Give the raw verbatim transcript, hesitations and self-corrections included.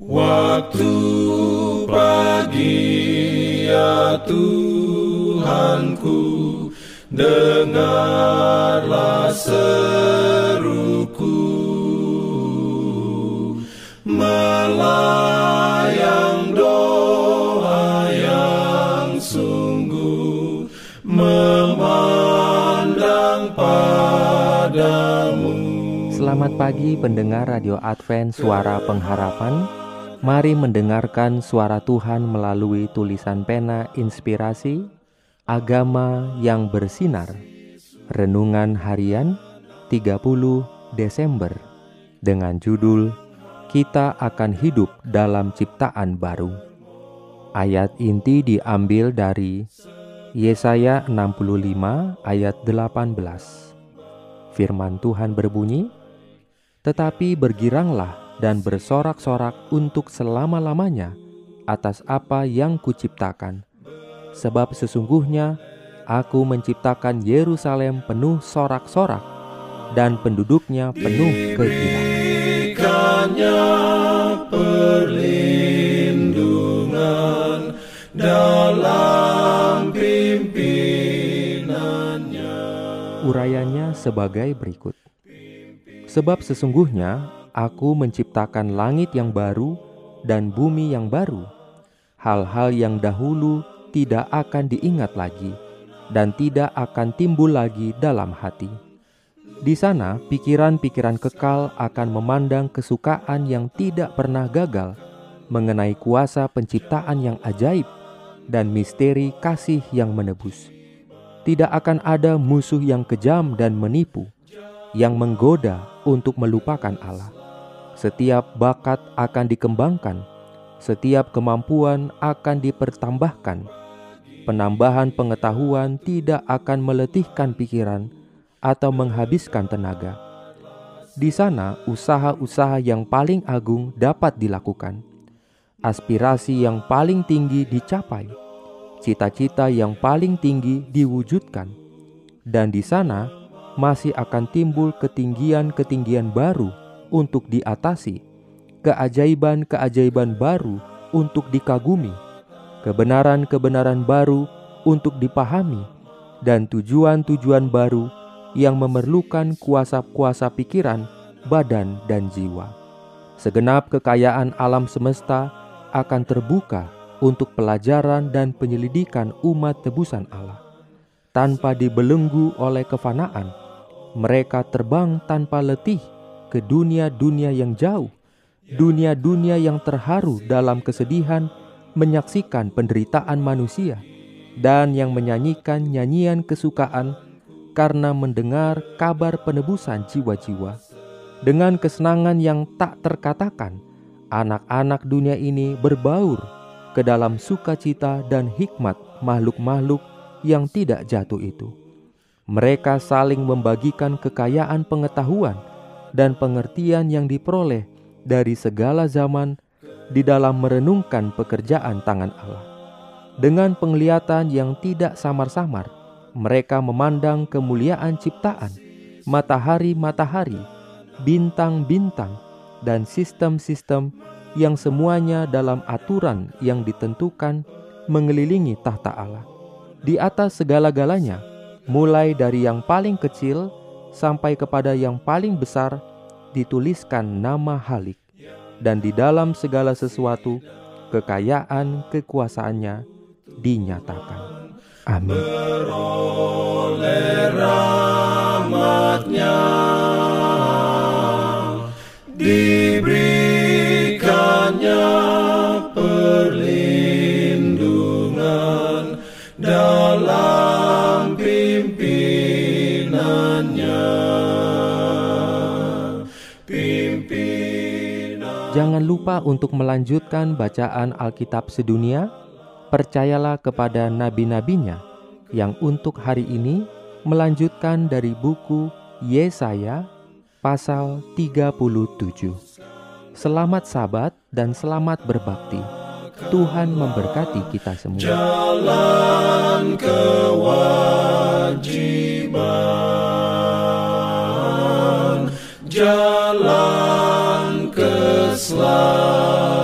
Waktu pagi ya Tuhanku, dengarlah seruku, melayang doa yang sungguh, memandang padamu. Selamat pagi pendengar Radio Advent Suara Pengharapan. Mari mendengarkan suara Tuhan melalui tulisan pena inspirasi Agama yang Bersinar. Renungan harian tiga puluh Desember dengan judul Kita Akan Hidup Dalam Ciptaan Baru. Ayat inti diambil dari Yesaya enam puluh lima ayat delapan belas. Firman Tuhan berbunyi, "Tetapi bergiranglah dan bersorak-sorak untuk selama-lamanya atas apa yang kuciptakan. Sebab sesungguhnya aku menciptakan Yerusalem penuh sorak-sorak dan penduduknya penuh kegirannya perlindungan dalam pimpinannya." Urayanya sebagai berikut. Sebab sesungguhnya aku menciptakan langit yang baru dan bumi yang baru. Hal-hal yang dahulu tidak akan diingat lagi dan tidak akan timbul lagi dalam hati. Di sana pikiran-pikiran kekal akan memandang kesukaan yang tidak pernah gagal mengenai kuasa penciptaan yang ajaib dan misteri kasih yang menebus. Tidak akan ada musuh yang kejam dan menipu, yang menggoda untuk melupakan Allah. Setiap bakat akan dikembangkan, setiap kemampuan akan dipertambahkan. Penambahan pengetahuan tidak akan meletihkan pikiran atau menghabiskan tenaga. Di sana usaha-usaha yang paling agung dapat dilakukan. Aspirasi yang paling tinggi dicapai. Cita-cita yang paling tinggi diwujudkan. Dan di sana masih akan timbul ketinggian-ketinggian baru untuk diatasi, keajaiban-keajaiban baru untuk dikagumi, kebenaran-kebenaran baru untuk dipahami, dan tujuan-tujuan baru yang memerlukan kuasa-kuasa pikiran, badan, dan jiwa. Segenap kekayaan alam semesta akan terbuka untuk pelajaran dan penyelidikan umat tebusan Allah. Tanpa dibelenggu oleh kefanaan, mereka terbang tanpa letih ke dunia-dunia yang jauh, dunia-dunia yang terharu dalam kesedihan menyaksikan penderitaan manusia, dan yang menyanyikan nyanyian kesukaan karena mendengar kabar penebusan jiwa-jiwa. Dengan kesenangan yang tak terkatakan, anak-anak dunia ini berbaur ke dalam sukacita dan hikmat makhluk-makhluk yang tidak jatuh itu. Mereka saling membagikan kekayaan pengetahuan dan pengertian yang diperoleh dari segala zaman di dalam merenungkan pekerjaan tangan Allah. Dengan penglihatan yang tidak samar-samar, mereka memandang kemuliaan ciptaan, matahari-matahari, bintang-bintang, dan sistem-sistem yang semuanya dalam aturan yang ditentukan mengelilingi tahta Allah. Di atas segala-galanya, mulai dari yang paling kecil sampai kepada yang paling besar, dituliskan nama Halik, dan di dalam segala sesuatu kekayaan kekuasaannya dinyatakan. Amin. Beroleh rahmat-Nya, diberikannya perlindungan dalam pimpinannya. Pimpinan. Jangan lupa untuk melanjutkan bacaan Alkitab sedunia. Percayalah kepada nabi-nabinya yang untuk hari ini melanjutkan dari buku Yesaya pasal tiga puluh tujuh. Selamat Sabat dan selamat berbakti. Tuhan memberkati kita semua. Jalan kewajiban, jalan keselamatan.